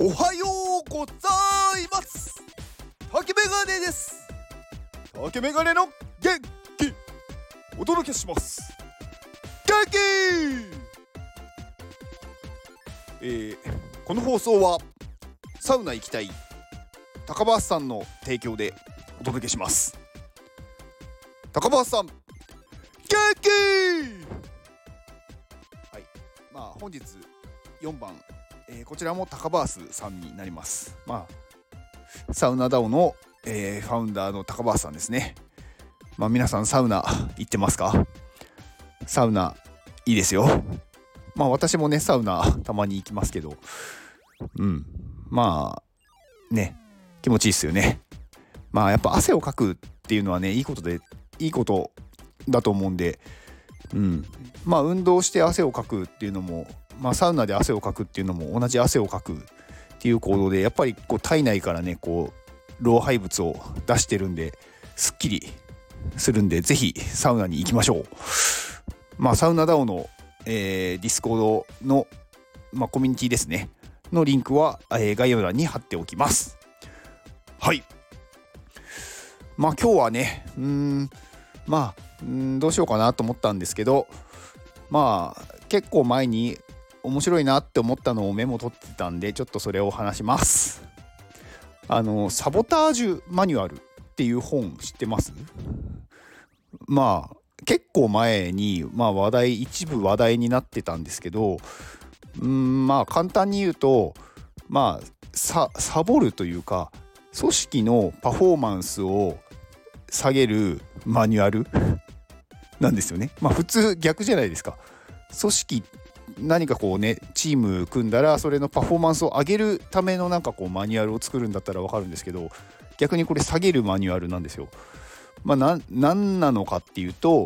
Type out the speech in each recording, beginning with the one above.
おはようございます。竹メガネです。竹メガネの元気お届けします。元気、この放送はサウナ行きたい高橋さんの提供でお届けします。高橋さん元気。はい、本日4番、こちらも高橋さんになります。サウナダオの、ファウンダーの高橋さんですね。皆さんサウナ行ってますか？サウナいいですよ。私もねサウナたまに行きますけど、気持ちいいですよね。やっぱ汗をかくっていうのはねいいことだと思うんで、運動して汗をかくっていうのも、サウナで汗をかくっていうのも同じ汗をかくっていう行動で、やっぱり体内からね老廃物を出してるんですっきりするんで、ぜひサウナに行きましょう。サウナダオの、ディスコードの、コミュニティですねのリンクは、概要欄に貼っておきます。はい。今日はねどうしようかなと思ったんですけど、結構前に面白いなって思ったのをメモ取ってたんで、ちょっとそれを話します。サボタージュマニュアルっていう本知ってます？結構前に一部話題になってたんですけど、簡単に言うとサボるというか、組織のパフォーマンスを下げるマニュアルなんですよね。普通逆じゃないですか。組織何かチーム組んだらそれのパフォーマンスを上げるためのマニュアルを作るんだったら分かるんですけど、逆にこれ下げるマニュアルなんですよ。何なのかっていうと、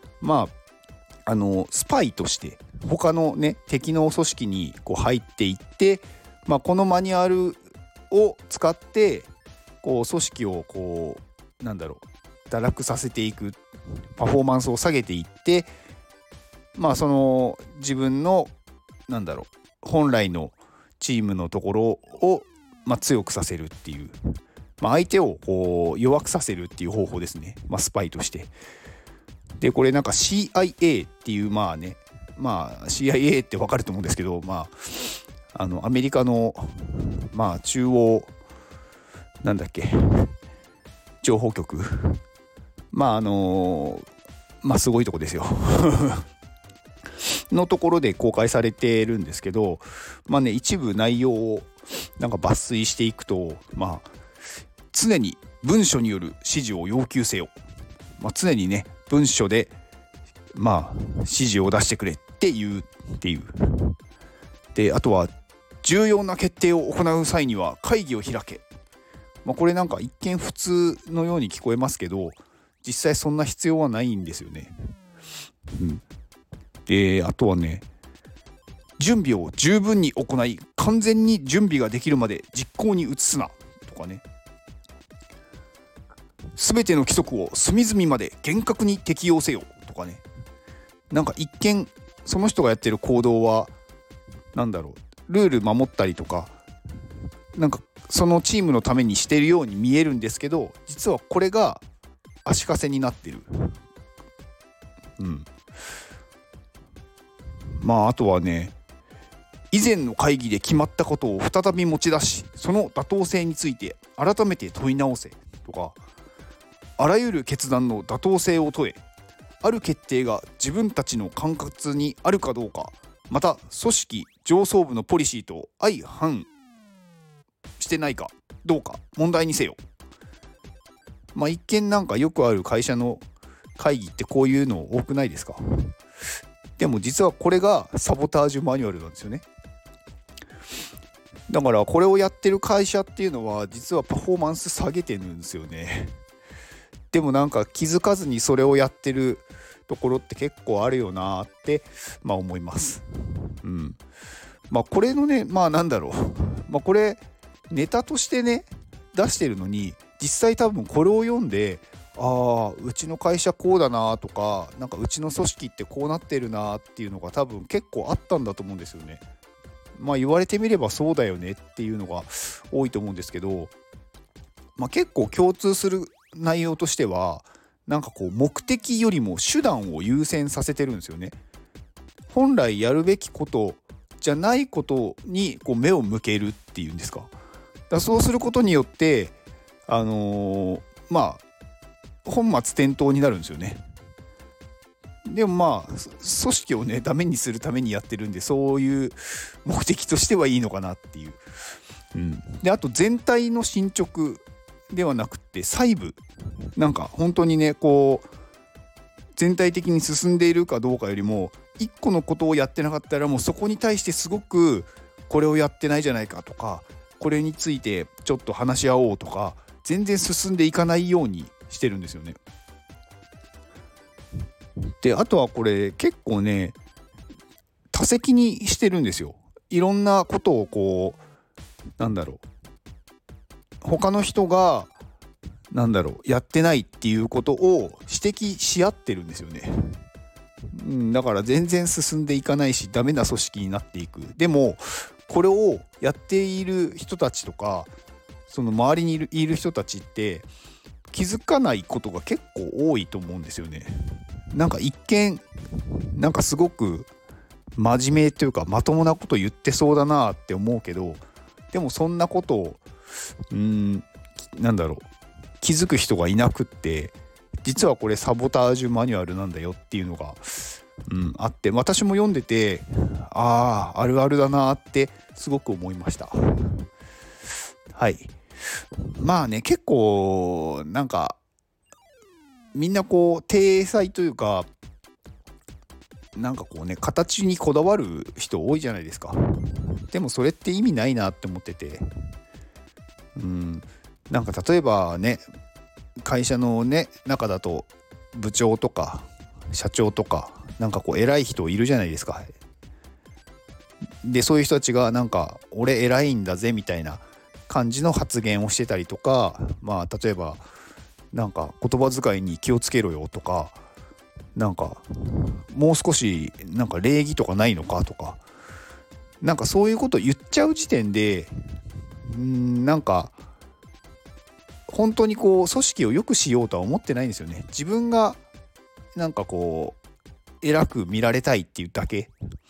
スパイとして他のね敵の組織に入っていって、このマニュアルを使って組織を堕落させていく、パフォーマンスを下げていって、その自分の本来のチームのところを、強くさせるっていう、相手を弱くさせるっていう方法ですね。スパイとして。でこれCIA っていうCIA ってわかると思うんですけど、アメリカの中央情報局、すごいとこですよのところで公開されてるんですけど、一部内容を抜粋していくと、常に文書による指示を要求せよ、常にね文書で指示を出してくれっていうで、あとは重要な決定を行う際には会議を開け。これ一見普通のように聞こえますけど、実際そんな必要はないんですよね。であとはね、準備を十分に行い完全に準備ができるまで実行に移すなとかね、全ての規則を隅々まで厳格に適用せよとかね、一見その人がやってる行動はルール守ったりとかそのチームのためにしてるように見えるんですけど、実はこれが足かせになってる。あとはね、以前の会議で決まったことを再び持ち出し、その妥当性について改めて問い直せとか、あらゆる決断の妥当性を問え、ある決定が自分たちの管轄にあるかどうか、また組織上層部のポリシーと相反してないかどうか問題にせよ。一見よくある会社の会議ってこういうの多くないですか？でも実はこれがサボタージュマニュアルなんですよね。だからこれをやってる会社っていうのは実はパフォーマンス下げてるんですよね。でも気づかずにそれをやってるところって結構あるよなって思います。これのねこれネタとしてね出してるのに、実際多分これを読んで、うちの会社こうだなとか、うちの組織ってこうなってるなっていうのが多分結構あったんだと思うんですよね。 言われてみればそうだよねっていうのが多いと思うんですけど、結構共通する内容としてはなんかこう目的よりも手段を優先させてるんですよね。本来やるべきことじゃないことにこう目を向けるっていうんですか。そうすることによって本末転倒になるんですよね。でも組織をねダメにするためにやってるんで、そういう目的としてはいいのかなっていう。であと全体の進捗ではなくて細部、なんか本当にねこう全体的に進んでいるかどうかよりも一個のことをやってなかったらもうそこに対してすごくこれをやってないじゃないかとか、これについてちょっと話し合おうとか、全然進んでいかないようにしてるんですよね。であとはこれ結構ね多責にしてるんですよ。いろんなことをこう他の人がやってないっていうことを指摘し合ってるんですよね。だから全然進んでいかないしダメな組織になっていく。でもこれをやっている人たちとかその周りにいる人たちって気づかないことが結構多いと思うんですよね。なんか一見なんかすごく真面目というかまともなこと言ってそうだなって思うけど、でもそんなことを気づく人がいなくって、実はこれサボタージュマニュアルなんだよっていうのが、あって、私も読んでてあるあるだなってすごく思いました。はい。結構なんかみんなこう体裁というかなんかこうね形にこだわる人多いじゃないですか。でもそれって意味ないなって思ってて、なんか例えばね会社のね中だと部長とか社長とかなんかこう偉い人いるじゃないですか。でそういう人たちがなんか俺偉いんだぜみたいな感じの発言をしてたりとか、例えばなんか言葉遣いに気をつけろよとか、なんかもう少しなんか礼儀とかないのかとか、なんかそういうこと言っちゃう時点でなんか本当にこう組織を良くしようとは思ってないんですよね。自分がなんかこう偉く見られたいっていうだけ。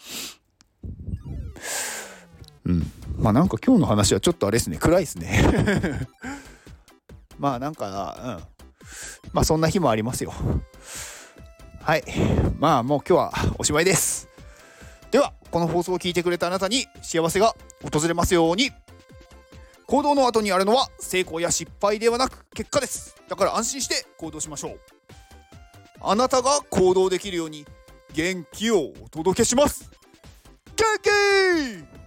なんか今日の話はちょっとあれですね、暗いですね。そんな日もありますよ。はい。もう今日はおしまいです。ではこの放送を聞いてくれたあなたに幸せが訪れますように。行動の後にあるのは成功や失敗ではなく結果です。だから安心して行動しましょう。あなたが行動できるように元気をお届けします。元気